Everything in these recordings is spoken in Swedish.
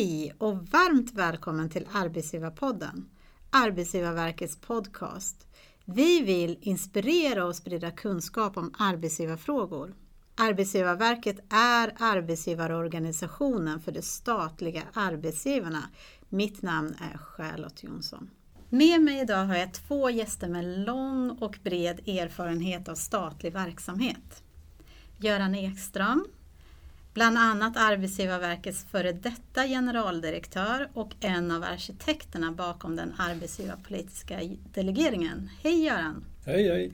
Hej och varmt välkommen till Arbetsgivarpodden, Arbetsgivarverkets podcast. Vi vill inspirera och sprida kunskap om arbetsgivarfrågor. Arbetsgivarverket är arbetsgivarorganisationen för de statliga arbetsgivarna. Mitt namn är Charlotte Jonsson. Med mig idag har jag 2 gäster med lång och bred erfarenhet av statlig verksamhet. Göran Ekström, bland annat Arbetsgivarverkets före detta generaldirektör och en av arkitekterna bakom den arbetsgivarpolitiska delegeringen. Hej Göran! Hej hej!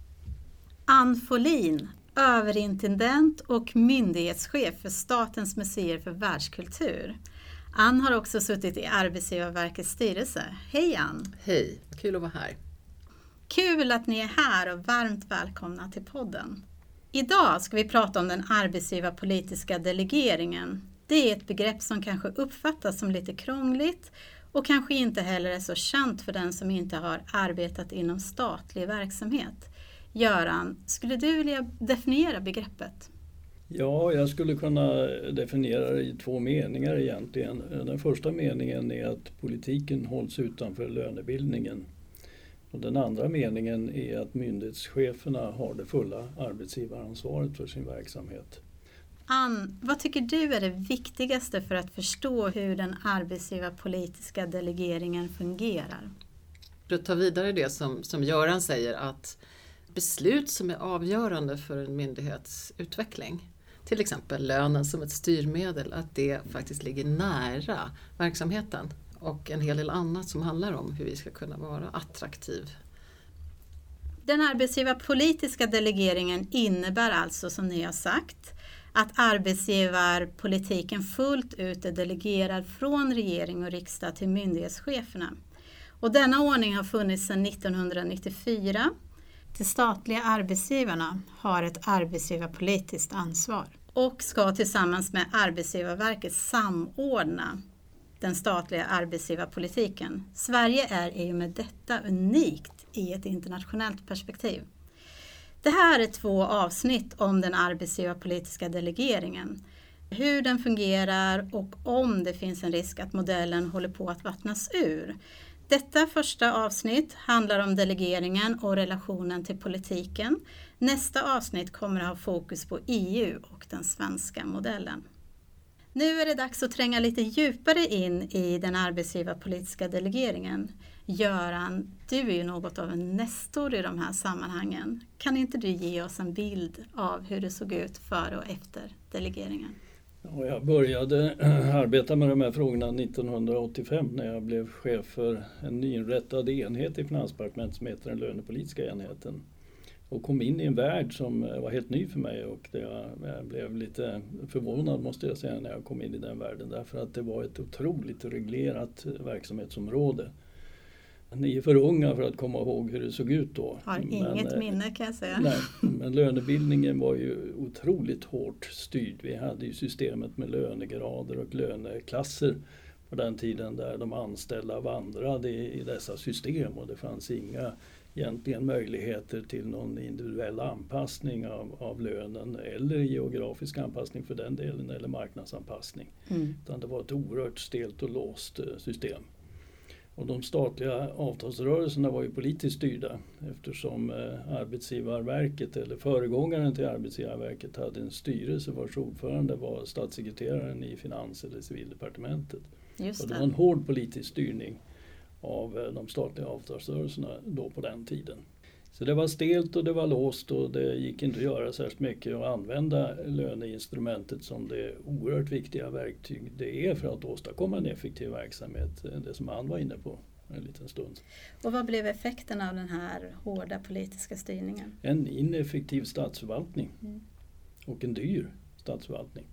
Ann Folin, överintendent och myndighetschef för Statens museer för världskultur. Ann har också suttit i Arbetsgivarverkets styrelse. Hej Ann! Hej, kul att vara här. Kul att ni är här och varmt välkomna till podden. Idag ska vi prata om den arbetsgivarpolitiska delegeringen. Det är ett begrepp som kanske uppfattas som lite krångligt och kanske inte heller är så känt för den som inte har arbetat inom statlig verksamhet. Göran, skulle du vilja definiera begreppet? Ja, jag skulle kunna definiera det i 2 meningar egentligen. Den första meningen är att politiken hålls utanför lönebildningen. Och den andra meningen är att myndighetscheferna har det fulla arbetsgivaransvaret för sin verksamhet. Ann, vad tycker du är det viktigaste för att förstå hur den arbetsgivarpolitiska delegeringen fungerar? För att ta vidare det som Göran säger, att beslut som är avgörande för en myndighets utveckling, till exempel lönen som ett styrmedel, att det faktiskt ligger nära verksamheten. Och en hel del annat som handlar om hur vi ska kunna vara attraktiv. Den arbetsgivarpolitiska delegeringen innebär alltså, som ni har sagt, att arbetsgivarpolitiken fullt ut är delegerad från regering och riksdag till myndighetscheferna. Och denna ordning har funnits sedan 1994. De statliga arbetsgivarna har ett arbetsgivarpolitiskt ansvar och ska tillsammans med Arbetsgivarverket samordna den statliga arbetsgivarpolitiken. Sverige är i och med detta unikt i ett internationellt perspektiv. Det här är 2 avsnitt om den arbetsgivarpolitiska delegeringen. Hur den fungerar och om det finns en risk att modellen håller på att vattnas ur. Detta första avsnitt handlar om delegeringen och relationen till politiken. Nästa avsnitt kommer att ha fokus på EU och den svenska modellen. Nu är det dags att tränga lite djupare in i den arbetsgivarpolitiska delegeringen. Göran, du är ju något av en nestor i de här sammanhangen. Kan inte du ge oss en bild av hur det såg ut före och efter delegeringen? Ja, jag började arbeta med de här frågorna 1985 när jag blev chef för en nyinrättad enhet i Finansdepartementet som heter den lönepolitiska enheten. Och kom in i en värld som var helt ny för mig, och jag blev lite förvånad, måste jag säga, när jag kom in i den världen. Därför att det var ett otroligt reglerat verksamhetsområde. Ni är för unga för att komma ihåg hur det såg ut då. Har inget minne kan jag säga. Nej, men lönebildningen var ju otroligt hårt styrd. Vi hade ju systemet med lönegrader och löneklasser på den tiden där de anställda vandrade i dessa system, och det fanns inga egentligen möjligheter till någon individuell anpassning av lönen eller geografisk anpassning för den delen, eller marknadsanpassning. Utan det var ett oerhört stelt och låst system. Och de statliga avtalsrörelserna var ju politiskt styrda, eftersom Arbetsgivarverket, eller föregångaren till Arbetsgivarverket, hade en styrelse vars ordförande var statssekreteraren i Finans- eller Civildepartementet. Just och det var en hård politisk styrning av de statliga avtalsrörelserna då på den tiden. Så det var stelt och det var låst, och det gick inte att göra särskilt mycket att använda löneinstrumentet som det oerhört viktiga verktyg det är för att åstadkomma en effektiv verksamhet. Det som Ann var inne på en liten stund. Och vad blev effekten av den här hårda politiska styrningen? En ineffektiv statsförvaltning och en dyr statsförvaltning.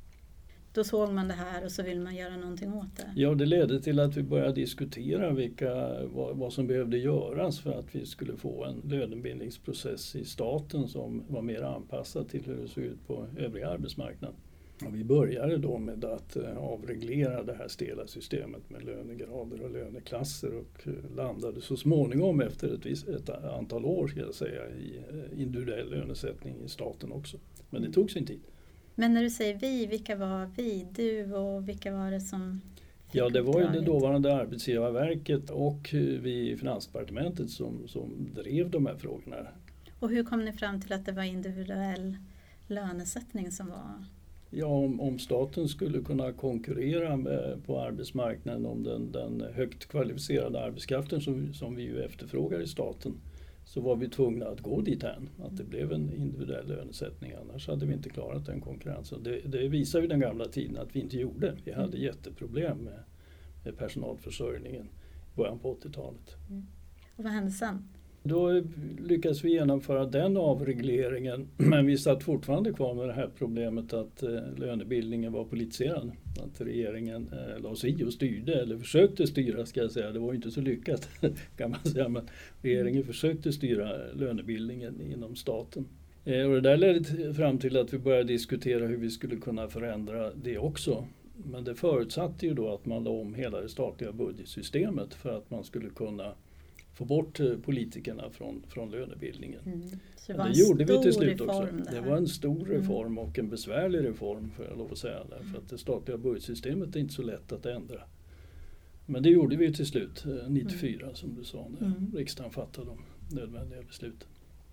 Då såg man det här och så vill man göra någonting åt det. Ja, det ledde till att vi började diskutera vad som behövde göras för att vi skulle få en lönebildningsprocess i staten som var mer anpassad till hur det såg ut på övriga arbetsmarknaden. Och vi började då med att avreglera det här stela systemet med lönegrader och löneklasser, och landade så småningom efter ett antal år, ska jag säga, i individuell lönesättning i staten också. Men det tog sin tid. Men när du säger vi, vilka var vi? Du och vilka var det som fick Ja, det var ju det uppdraget? dåvarande Arbetsgivarverket och vi i Finansdepartementet som drev de här frågorna. Och hur kom ni fram till att det var individuell lönesättning som var? Ja, om staten skulle kunna konkurrera på arbetsmarknaden om den högt kvalificerade arbetskraften som vi ju efterfrågar i staten, så var vi tvungna att gå dithän, att det blev en individuell lönesättning. Annars hade vi inte klarat den konkurrensen. Det visar ju den gamla tiden att vi inte gjorde. Vi hade jätteproblem med personalförsörjningen i början på 80-talet. Och vad hände sen? Då lyckades vi genomföra den avregleringen, men vi satt fortfarande kvar med det här problemet att lönebildningen var politiserad. Att regeringen la sig i och styrde, eller försökte styra ska jag säga. Det var ju inte så lyckat kan man säga, men regeringen försökte styra lönebildningen inom staten. Och det där ledde fram till att vi började diskutera hur vi skulle kunna förändra det också. Men det förutsatte ju då att man la om hela det statliga budgetsystemet för att man skulle kunna få bort politikerna från lönebildningen. Så det gjorde vi till slut också. Reform, det var en stor reform och en besvärlig reform för jag lov att säga. Därför att det statliga budgetsystemet är inte så lätt att ändra. Men det gjorde vi till slut, 94 som du sa, när riksdagen fattade de nödvändiga besluten.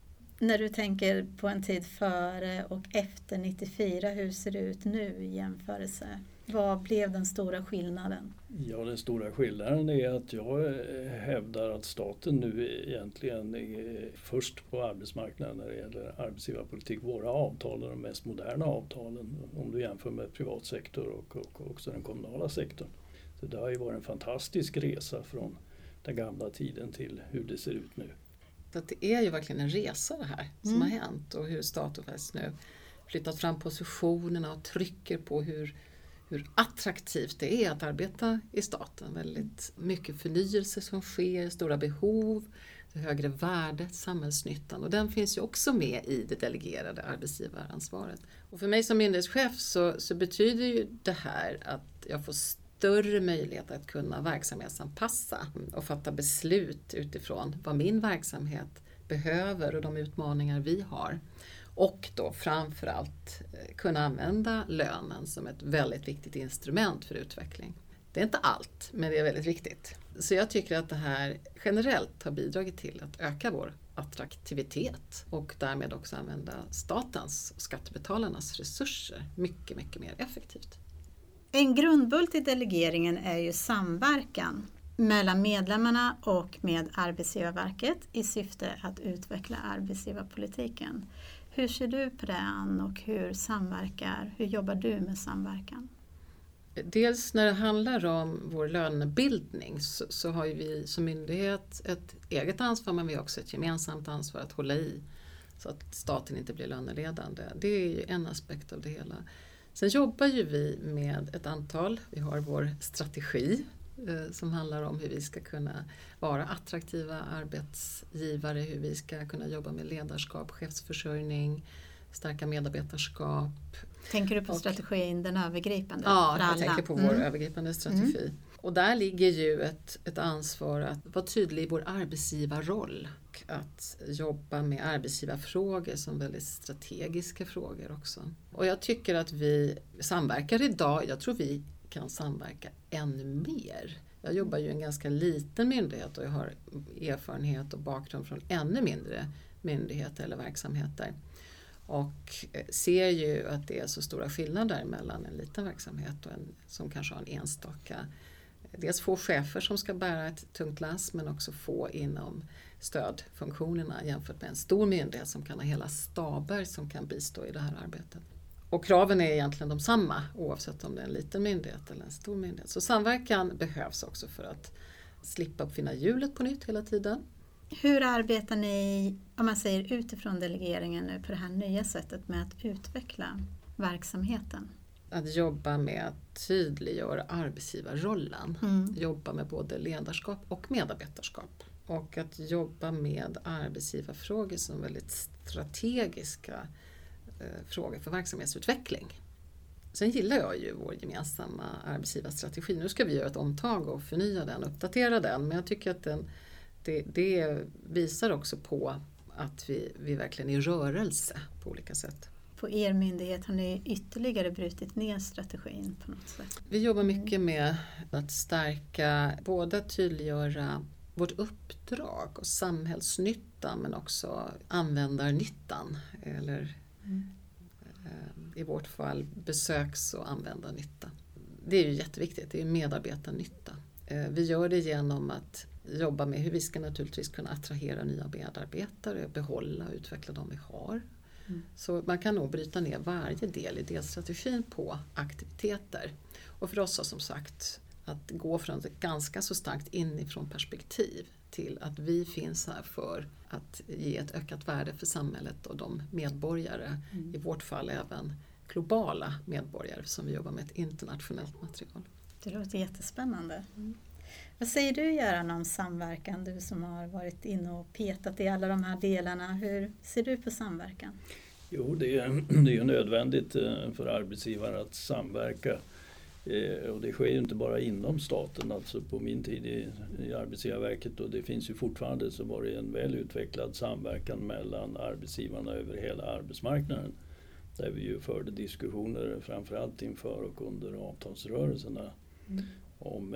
När du tänker på en tid före och efter 94, hur ser det ut nu i jämförelse? Vad blev den stora skillnaden? Ja, den stora skillnaden är att jag hävdar att staten nu egentligen är först på arbetsmarknaden när det gäller arbetsgivarpolitik. Våra avtal är de mest moderna avtalen om du jämför med privat sektor och också den kommunala sektorn. Så det har ju varit en fantastisk resa från den gamla tiden till hur det ser ut nu. Så att det är ju verkligen en resa det här som har hänt och hur staten faktiskt nu flyttat fram positionerna och trycker på hur attraktivt det är att arbeta i staten. Väldigt mycket förnyelse som sker, stora behov, det högre värdet, samhällsnyttan. Och den finns ju också med i det delegerade arbetsgivaransvaret. Och för mig som myndighetschef så betyder ju det här att jag får större möjlighet att kunna verksamhetsanpassa och fatta beslut utifrån vad min verksamhet behöver och de utmaningar vi har. Och då framförallt kunna använda lönen som ett väldigt viktigt instrument för utveckling. Det är inte allt, men det är väldigt viktigt. Så jag tycker att det här generellt har bidragit till att öka vår attraktivitet och därmed också använda statens och skattebetalarnas resurser mycket, mycket mer effektivt. En grundbult i delegeringen är ju samverkan mellan medlemmarna och med Arbetsgivarverket i syfte att utveckla arbetsgivarpolitiken. Hur ser du på det, Ann, och hur jobbar du med samverkan? Dels när det handlar om vår lönebildning så har ju vi som myndighet ett eget ansvar, men vi har också ett gemensamt ansvar att hålla i så att staten inte blir löneledande. Det är ju en aspekt av det hela. Sen jobbar ju vi med ett antal, vi har vår strategi som handlar om hur vi ska kunna vara attraktiva arbetsgivare, hur vi ska kunna jobba med ledarskap, chefsförsörjning, stärka medarbetarskap. Tänker du på strategin, den övergripande? Ja, för alla? Jag tänker på vår övergripande strategi. Och där ligger ju ett ansvar att vara tydlig i vår arbetsgivarroll. Att jobba med arbetsgivarfrågor som väldigt strategiska frågor också. Och jag tycker att vi samverkar idag. Jag tror vi kan samverka ännu mer. Jag jobbar ju i en ganska liten myndighet och jag har erfarenhet och bakgrund från ännu mindre myndigheter eller verksamheter. Och ser ju att det är så stora skillnader mellan en liten verksamhet och en som kanske har en enstaka. Dels få chefer som ska bära ett tungt lass, men också få inom stödfunktionerna jämfört med en stor myndighet som kan ha hela staber som kan bistå i det här arbetet. Och kraven är egentligen de samma oavsett om det är en liten myndighet eller en stor myndighet. Så samverkan behövs också för att slippa uppfinna hjulet på nytt hela tiden. Hur arbetar ni, om man säger utifrån delegeringen nu, på det här nya sättet med att utveckla verksamheten? Att jobba med att tydliggöra arbetsgivarrollen. Jobba med både ledarskap och medarbetarskap. Och att jobba med arbetsgivarfrågor som väldigt strategiska frågor för verksamhetsutveckling. Sen gillar jag ju vår gemensamma arbetsgivarstrategi. Nu ska vi göra ett omtag och förnya den, uppdatera den. Men jag tycker att det visar också på att vi verkligen är i rörelse på olika sätt. på er myndighet har ni ytterligare brutit ner strategin på något sätt? Vi jobbar mycket med att stärka, både tydliggöra vårt uppdrag och samhällsnytta, men också användarnyttan, eller i vårt fall besöks- och användarnytta. Det är ju jätteviktigt, det är medarbetarnytta. Vi gör det genom att jobba med hur vi ska naturligtvis kunna attrahera nya medarbetare, behålla och utveckla de vi har. Så man kan nog bryta ner varje del i delstrategin på aktiviteter. Och för oss har som sagt att gå från ett ganska så starkt inifrån perspektiv till att vi finns här för att ge ett ökat värde för samhället och de medborgare, i vårt fall även globala medborgare som vi jobbar med ett internationellt material. Det låter jättespännande. Vad säger du Göran om samverkan, du som har varit inne och petat i alla de här delarna? Hur ser du på samverkan? Jo, det är nödvändigt för arbetsgivare att samverka. Och det sker ju inte bara inom staten, alltså på min tid i Arbetsgivarverket, och det finns ju fortfarande, så var det en väl utvecklad samverkan mellan arbetsgivarna över hela arbetsmarknaden. Där vi ju förde diskussioner framförallt inför och under avtalsrörelserna om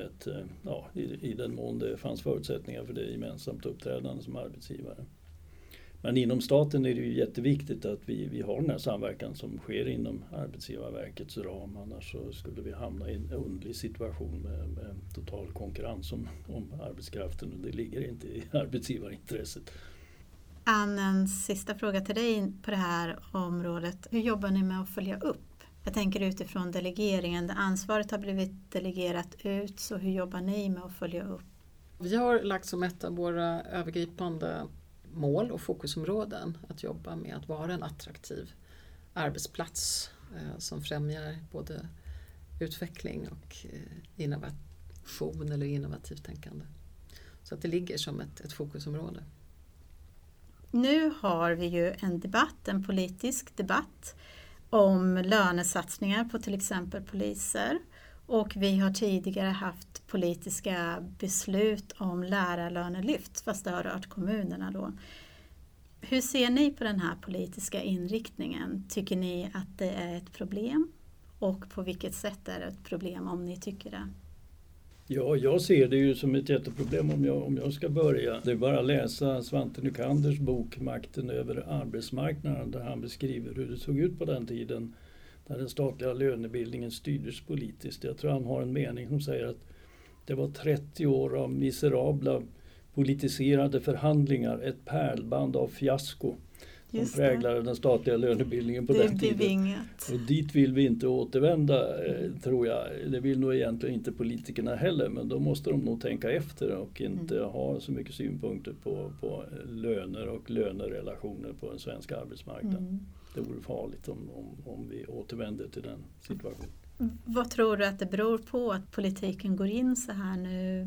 i den mån det fanns förutsättningar för det gemensamt uppträdande som arbetsgivare. Men inom staten är det ju jätteviktigt att vi har den här samverkan som sker inom Arbetsgivarverkets ram. Annars så skulle vi hamna i en underlig situation med total konkurrens om arbetskraften, och det ligger inte i arbetsgivarintresset. Ann, en sista fråga till dig på det här området. Hur jobbar ni med att följa upp? Jag tänker utifrån delegeringen, där ansvaret har blivit delegerat ut, så hur jobbar ni med att följa upp? Vi har lagt som ett av våra övergripande mål och fokusområden att jobba med att vara en attraktiv arbetsplats som främjar både utveckling och innovation eller innovativt tänkande. Så att det ligger som ett fokusområde. Nu har vi ju en politisk debatt om lönesatsningar på till exempel poliser, och vi har tidigare haft politiska beslut om lärarlönelyft, fast det har rört kommunerna då. Hur ser ni på den här politiska inriktningen? Tycker ni att det är ett problem? Och på vilket sätt är det ett problem om ni tycker det? Ja, jag ser det ju som ett jätteproblem om jag ska börja. Det är bara att läsa Svante Nycanders bok Makten över arbetsmarknaden, där han beskriver hur det såg ut på den tiden när den statliga lönebildningen styrdes politiskt. Jag tror han har en mening som säger att det var 30 år av miserabla politiserade förhandlingar, ett pärlband av fiasko som präglade den statliga lönebildningen på den tiden. Bevingat. Och dit vill vi inte återvända, tror jag. Det vill nog egentligen inte politikerna heller, men då måste de nog tänka efter och inte ha så mycket synpunkter på löner och lönerelationer på en svensk arbetsmarknad. Det vore farligt om vi återvänder till den situationen. Vad tror du att det beror på att politiken går in så här nu?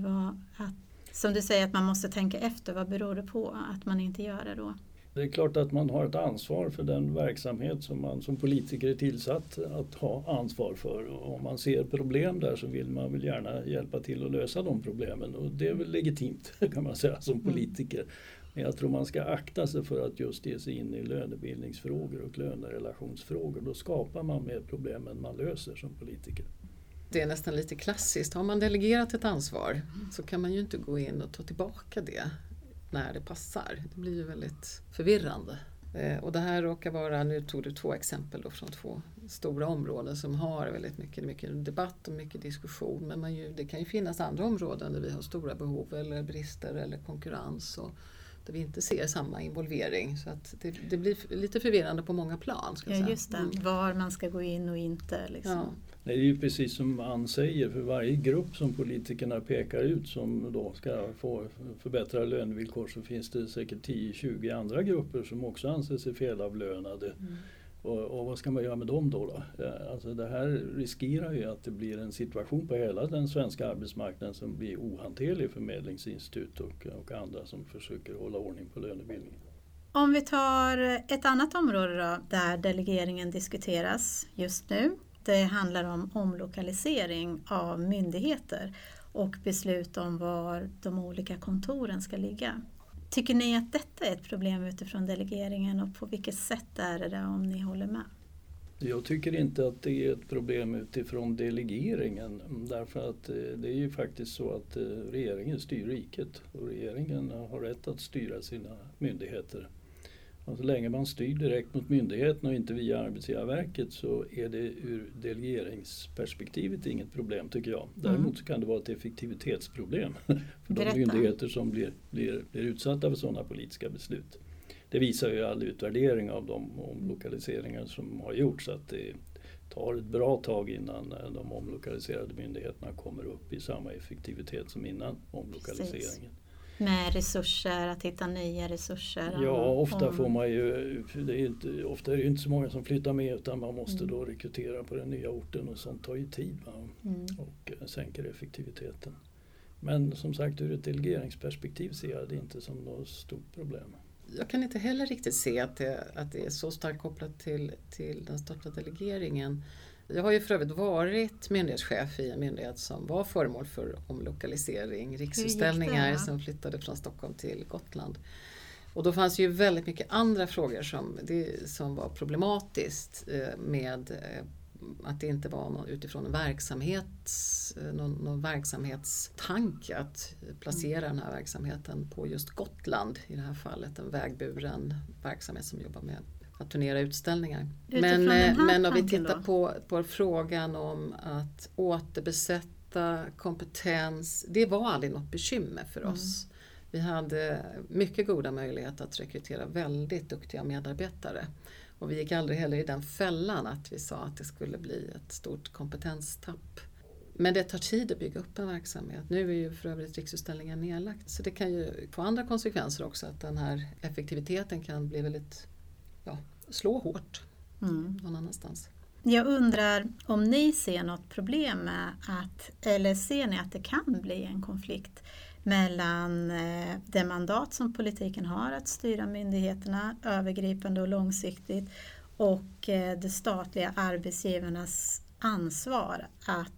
Som du säger att man måste tänka efter, vad beror det på att man inte gör det då? Det är klart att man har ett ansvar för den verksamhet som man som politiker är tillsatt att ha ansvar för. Och om man ser problem där så vill man väl gärna hjälpa till att lösa de problemen. Och det är väl legitimt kan man säga som politiker. Men jag tror man ska akta sig för att just ge sig in i lönebildningsfrågor och lönerelationsfrågor. Då skapar man mer problem än man löser som politiker. Det är nästan lite klassiskt. Har man delegerat ett ansvar så kan man ju inte gå in och ta tillbaka det när det passar. Det blir ju väldigt förvirrande. Och det här råkar vara, nu tog du 2 exempel då från 2 stora områden som har väldigt mycket debatt och mycket diskussion. Men det kan ju finnas andra områden där vi har stora behov eller brister eller konkurrens och där vi inte ser samma involvering. Så att det blir lite förvirrande på många plan. Ska jag säga. Just det, var man ska gå in och inte. Liksom. Ja. Nej, det är ju precis som Ann säger, för varje grupp som politikerna pekar ut som då ska få förbättra lönevillkor så finns det säkert 10-20 andra grupper som också anser sig felavlönade. Och vad ska man göra med dem då? Alltså det här riskerar ju att det blir en situation på hela den svenska arbetsmarknaden som blir ohanterlig för medlingsinstitut och andra som försöker hålla ordning på lönebildningen. Om vi tar ett annat område då, där delegeringen diskuteras just nu. Det handlar om omlokalisering av myndigheter och beslut om var de olika kontoren ska ligga. Tycker ni att detta är ett problem utifrån delegeringen och på vilket sätt är det om ni håller med? Jag tycker inte att det är ett problem utifrån delegeringen, därför att det är ju faktiskt så att regeringen styr riket och regeringen har rätt att styra sina myndigheter. Och så länge man styr direkt mot myndigheten och inte via Arbetsgivarverket så är det ur delegeringsperspektivet inget problem, tycker jag. Däremot så kan det vara ett effektivitetsproblem för de myndigheter som blir utsatta för sådana politiska beslut. Det visar ju all utvärdering av de omlokaliseringar som har gjorts, att det tar ett bra tag innan de omlokaliserade myndigheterna kommer upp i samma effektivitet som innan omlokaliseringen. Precis. Med resurser, att hitta nya resurser? Ja, ofta får man ju, ofta är det inte så många som flyttar med, utan man måste då rekrytera på den nya orten och sånt tar ju tid och sänker effektiviteten. Men som sagt, ur ett delegeringsperspektiv ser jag det inte som något stort problem. Jag kan inte heller riktigt se att det är så starkt kopplat till den statliga delegeringen. Jag har ju för övrigt varit myndighetschef i en myndighet som var föremål för omlokalisering, Riksutställningar som flyttade från Stockholm till Gotland. Och då fanns ju väldigt mycket andra frågor som var problematiskt med att det inte var utifrån någon verksamhetstanke att placera den här verksamheten på just Gotland, i det här fallet en vägburen verksamhet som jobbar med att turnera utställningar. Men om vi tittar på frågan om att återbesätta kompetens, det var aldrig något bekymmer för oss. Vi hade mycket goda möjligheter att rekrytera väldigt duktiga medarbetare. Och vi gick aldrig heller i den fällan att vi sa att det skulle bli ett stort kompetenstapp. Men det tar tid att bygga upp en verksamhet. Nu är ju för övrigt Riksutställningar nedlagt. Så det kan ju få andra konsekvenser också, att den här effektiviteten kan bli väldigt, slå hårt någon annanstans. Jag undrar om ni ser något problem med eller ser ni att det kan bli en konflikt mellan det mandat som politiken har att styra myndigheterna övergripande och långsiktigt och de statliga arbetsgivarnas ansvar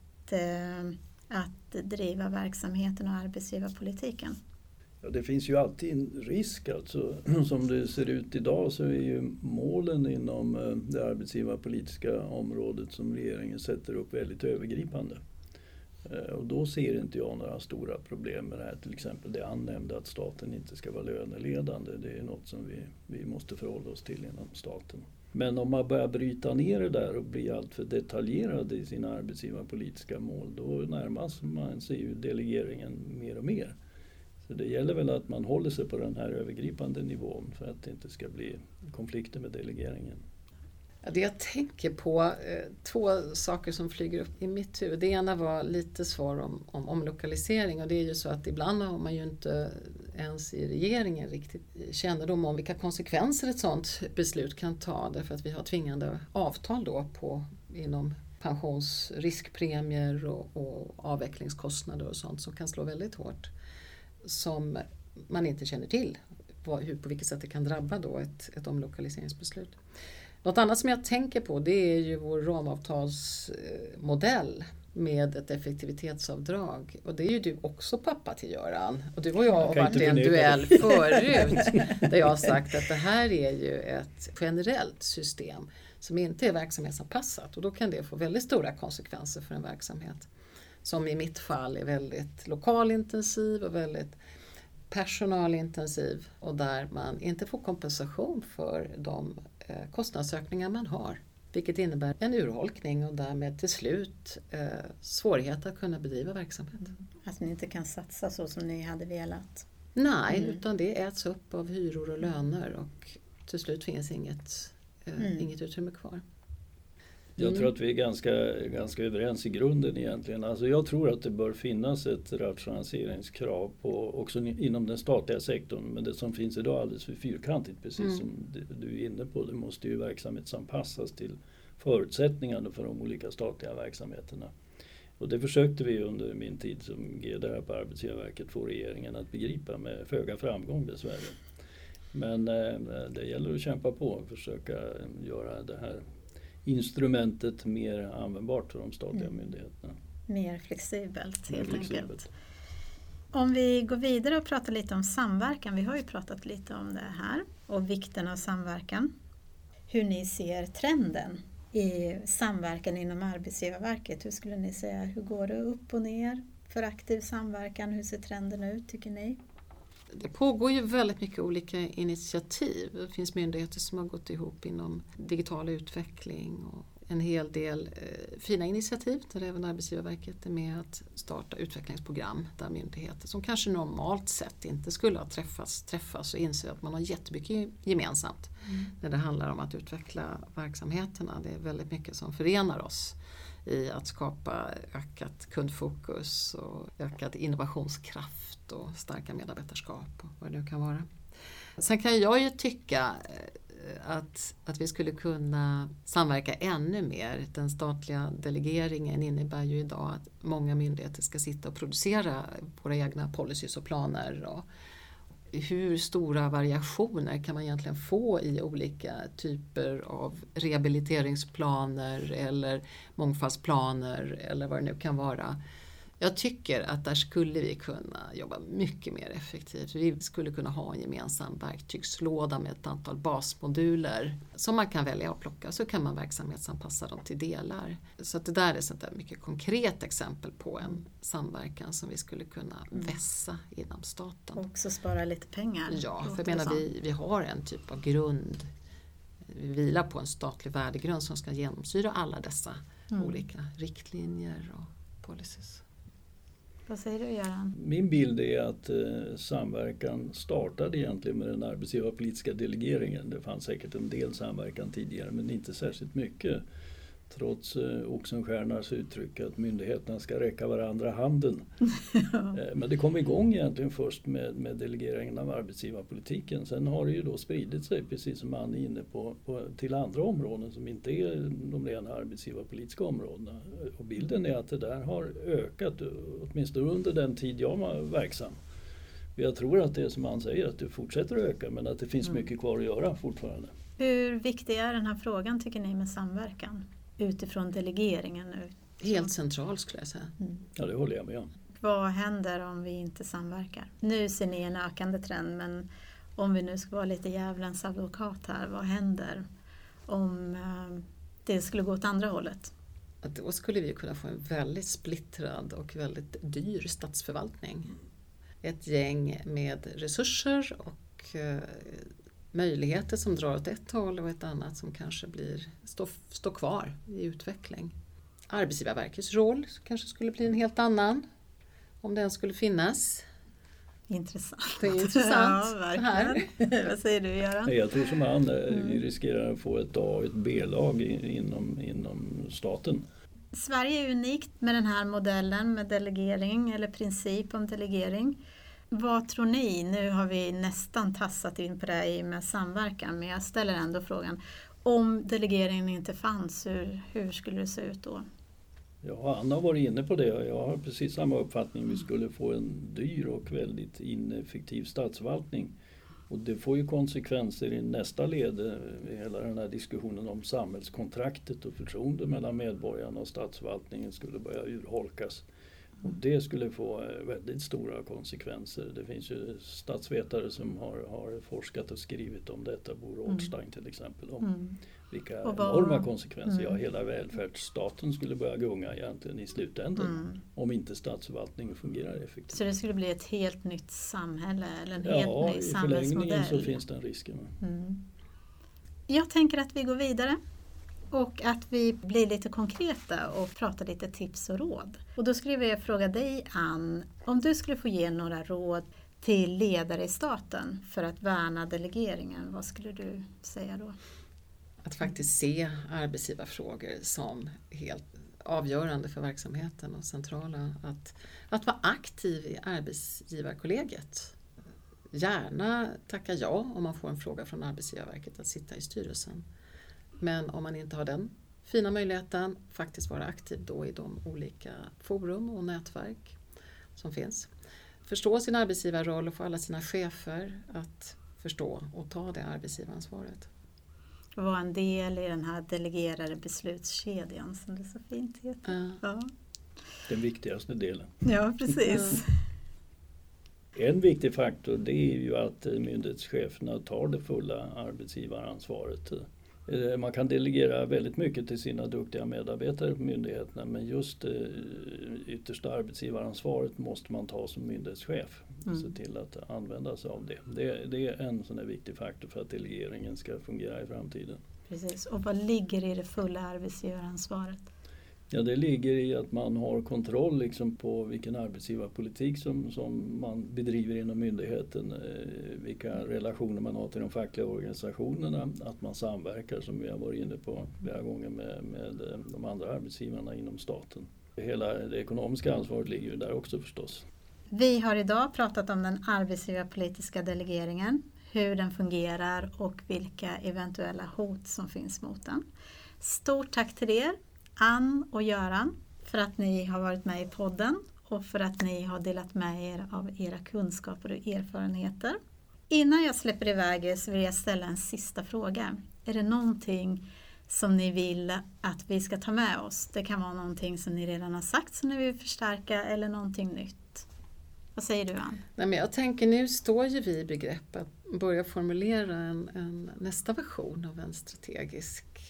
att driva verksamheten och arbetsgivarpolitiken? Ja, det finns ju alltid en risk, alltså. Som det ser ut idag så är ju målen inom det arbetsgivarpolitiska området som regeringen sätter upp väldigt övergripande. Och då ser inte jag några stora problem med det här. Till exempel det han nämnde, att staten inte ska vara löneledande. Det är något som vi måste förhålla oss till inom staten. Men om man börjar bryta ner det där och bli allt för detaljerad i sina arbetsgivarpolitiska mål, då närmar man sig ju delegeringen mer och mer. Så det gäller väl att man håller sig på den här övergripande nivån för att det inte ska bli konflikter med delegeringen. Det jag tänker på, två saker som flyger upp i mitt huvud. Det ena var lite svar om omlokalisering, och det är ju så att ibland har man ju inte ens i regeringen riktigt kännedom om vilka konsekvenser ett sådant beslut kan ta, därför att vi har tvingande avtal då inom pensionsriskpremier och avvecklingskostnader och sånt som kan slå väldigt hårt, som man inte känner till på vilket sätt det kan drabba då ett omlokaliseringsbeslut. Något annat som jag tänker på, det är ju vår ramavtalsmodell med ett effektivitetsavdrag. Och det är ju du också pappa till, Göran. Och du och jag har varit i en duell förut där jag har sagt att det här är ju ett generellt system som inte är verksamhetsanpassat. Och då kan det få väldigt stora konsekvenser för en verksamhet som i mitt fall är väldigt lokalintensiv och väldigt personalintensiv, och där man inte får kompensation för de kostnadsökningar man har, vilket innebär en urholkning och därmed till slut svårighet att kunna bedriva verksamhet. Att ni inte kan satsa så som ni hade velat? Nej, utan det äts upp av hyror och löner och till slut finns inget utrymme kvar. Jag tror att vi är ganska överens i grunden egentligen. Alltså jag tror att det bör finnas ett rationaliseringskrav också inom den statliga sektorn. Men det som finns idag är alldeles för fyrkantigt, precis som du är inne på. Det måste ju verksamhetsanpassas till förutsättningarna för de olika statliga verksamheterna. Och det försökte vi under min tid som GD här på Arbetsgivarverket få regeringen att begripa, med föga framgång dessvärre. Men det gäller att kämpa på och försöka göra det här instrumentet mer användbart för de statliga myndigheterna. Mer flexibelt helt enkelt. Om vi går vidare och pratar lite om samverkan. Vi har ju pratat lite om det här och vikten av samverkan. Hur ni ser trenden i samverkan inom Arbetsgivarverket? Hur skulle ni säga, hur går det upp och ner för aktiv samverkan? Hur ser trenden ut tycker ni? Det pågår ju väldigt mycket olika initiativ. Det finns myndigheter som har gått ihop inom digital utveckling och en hel del fina initiativ där även Arbetsgivarverket är med att starta utvecklingsprogram där myndigheter som kanske normalt sett inte skulle ha träffas och inser att man har jättemycket gemensamt när det handlar om att utveckla verksamheterna. Det är väldigt mycket som förenar oss i att skapa ökat kundfokus och ökad innovationskraft och starka medarbetarskap och vad det nu kan vara. Sen kan jag ju tycka att vi skulle kunna samverka ännu mer. Den statliga delegeringen innebär ju idag att många myndigheter ska sitta och producera våra egna policies och planer. Och hur stora variationer kan man egentligen få i olika typer av rehabiliteringsplaner eller mångfaldsplaner eller vad det nu kan vara. Jag tycker att där skulle vi kunna jobba mycket mer effektivt. Vi skulle kunna ha en gemensam verktygslåda med ett antal basmoduler som man kan välja att plocka, så kan man verksamhetsanpassa dem till delar. Så att det där är ett mycket konkret exempel på en samverkan som vi skulle kunna vässa inom staten. Och också spara lite pengar. Ja, för jag menar vi har en typ av grund. Vi vilar på en statlig värdegrund som ska genomsyra alla dessa olika riktlinjer och policies. Vad säger du, Göran? Min bild är att samverkan startade egentligen med den arbetsgivarpolitiska delegeringen. Det fanns säkert en del samverkan tidigare men inte särskilt mycket. Trots Oxenstiernas uttryck att myndigheterna ska räcka varandra handen. Men det kom igång egentligen först med delegeringen av arbetsgivarpolitiken. Sen har det ju då spridit sig, precis som man är inne på till andra områden som inte är de rena arbetsgivarpolitiska områdena. Och bilden är att det där har ökat, åtminstone under den tid jag var verksam. Jag tror att det är som man säger, att det fortsätter att öka men att det finns mycket kvar att göra fortfarande. Hur viktig är den här frågan tycker ni med samverkan? Utifrån delegeringen nu. Helt central skulle jag säga. Ja, det håller jag med om. Vad händer om vi inte samverkar? Nu ser ni en ökande trend, men om vi nu ska vara lite djävulens advokat här, vad händer om det skulle gå åt andra hållet? Då skulle vi kunna få en väldigt splittrad och väldigt dyr statsförvaltning. Ett gäng med resurser och möjligheter som drar åt ett håll och ett annat som kanske står kvar i utveckling. Arbetsgivarverkets roll kanske skulle bli en helt annan om den skulle finnas. Intressant. Det är intressant. Ja, verkligen. Vad säger du, Göran? Jag tror som han, vi riskerar att få ett A- och ett B-lag inom staten. Sverige är unikt med den här modellen med delegering eller princip om delegering. Vad tror ni? Nu har vi nästan tassat in på det här med samverkan, men jag ställer ändå frågan. Om delegeringen inte fanns, hur skulle det se ut då? Ja, Anna har varit inne på det. Jag har precis samma uppfattning. Vi skulle få en dyr och väldigt ineffektiv statsförvaltning. Och det får ju konsekvenser i nästa led, hela den här diskussionen om samhällskontraktet och förtroende mellan medborgarna och statsförvaltningen skulle börja urholkas. Och det skulle få väldigt stora konsekvenser. Det finns ju statsvetare som har forskat och skrivit om detta, Bo Rothstein till exempel, om vilka enorma konsekvenser. Ja, hela välfärdsstaten skulle börja gunga egentligen i slutändan om inte statsförvaltningen fungerar effektivt. Så det skulle bli ett helt nytt samhälle eller en helt ny samhällsmodell? Ja, i förlängningen så finns den risken. Jag tänker att vi går vidare. Och att vi blir lite konkreta och pratar lite tips och råd. Och då skulle jag vilja fråga dig, Ann, om du skulle få ge några råd till ledare i staten för att värna delegeringen, vad skulle du säga då? Att faktiskt se arbetsgivarfrågor som helt avgörande för verksamheten och centrala. Att vara aktiv i arbetsgivarkollegiet. Gärna tacka ja om man får en fråga från Arbetsgivarverket att sitta i styrelsen. Men om man inte har den fina möjligheten, faktiskt vara aktiv då i de olika forum och nätverk som finns. Förstå sin arbetsgivarroll och få alla sina chefer att förstå och ta det arbetsgivaransvaret. Och vara en del i den här delegerade beslutskedjan som det så fint heter. Ja. Den viktigaste delen. Ja, precis. En viktig faktor det är ju att myndighetscheferna tar det fulla arbetsgivaransvaret. Man kan delegera väldigt mycket till sina duktiga medarbetare på myndigheterna, men just yttersta arbetsgivaransvaret måste man ta som myndighetschef. Se till att använda sig av det. Det är en sån här viktig faktor för att delegeringen ska fungera i framtiden. Precis. Och vad ligger i det fulla arbetsgivaransvaret? Ja, det ligger i att man har kontroll liksom på vilken arbetsgivarpolitik som man bedriver inom myndigheten, vilka relationer man har till de fackliga organisationerna, att man samverkar som vi har varit inne på flera gånger med de andra arbetsgivarna inom staten. Hela det ekonomiska ansvaret ligger ju där också förstås. Vi har idag pratat om den arbetsgivarpolitiska delegeringen, hur den fungerar och vilka eventuella hot som finns mot den. Stort tack till er, Ann och Göran, för att ni har varit med i podden och för att ni har delat med er av era kunskaper och erfarenheter. Innan jag släpper iväg er så vill jag ställa en sista fråga. Är det någonting som ni vill att vi ska ta med oss? Det kan vara någonting som ni redan har sagt som ni vill förstärka eller någonting nytt. Vad säger du, Ann? Nej, men jag tänker, nu står ju vi i begrepp att börja formulera en nästa version av en strategisk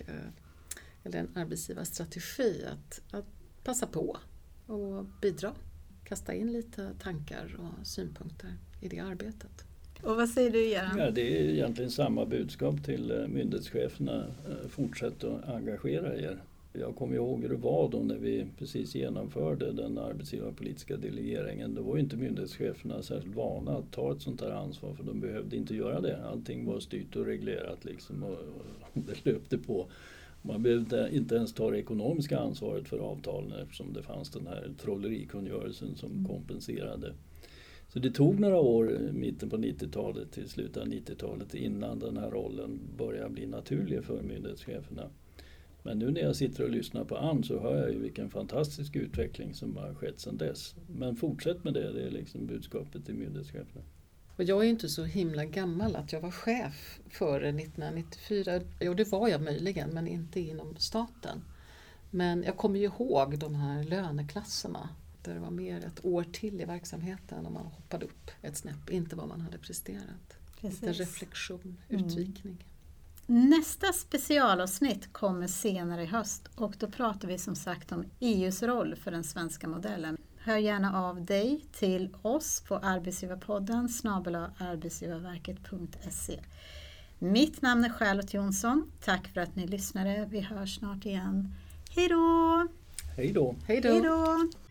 eller en arbetsgivarstrategi, att passa på och bidra, kasta in lite tankar och synpunkter i det arbetet. Och vad säger du, Göran? Ja, det är egentligen samma budskap till myndighetscheferna. Fortsätt att engagera er. Jag kommer ihåg hur det var då när vi precis genomförde den arbetsgivarpolitiska delegeringen. Då var ju inte myndighetscheferna särskilt vana att ta ett sånt här ansvar, för de behövde inte göra det. Allting var styrt och reglerat liksom, och det löpte på. Man behövde inte ens ta det ekonomiska ansvaret för avtalen eftersom det fanns den här trollerikungörelsen som kompenserade. Så det tog några år, mitten på 90-talet till slutet av 90-talet, innan den här rollen började bli naturlig för myndighetscheferna. Men nu när jag sitter och lyssnar på Ann så hör jag ju vilken fantastisk utveckling som har skett sedan dess. Men fortsätt med det är liksom budskapet till myndighetscheferna. Och jag är inte så himla gammal att jag var chef före 1994. Jo, det var jag möjligen, men inte inom staten. Men jag kommer ju ihåg de här löneklasserna där det var mer ett år till i verksamheten och man hoppade upp ett snäpp, inte vad man hade presterat. En reflektion, utvikning. Nästa specialavsnitt kommer senare i höst och då pratar vi som sagt om EUs roll för den svenska modellen. Hör gärna av dig till oss på arbetsgivarpodden @arbetsgivarverket.se. Mitt namn är Charlotte Jonsson. Tack för att ni lyssnade. Vi hörs snart igen. Hej då! Hej då! Hej då!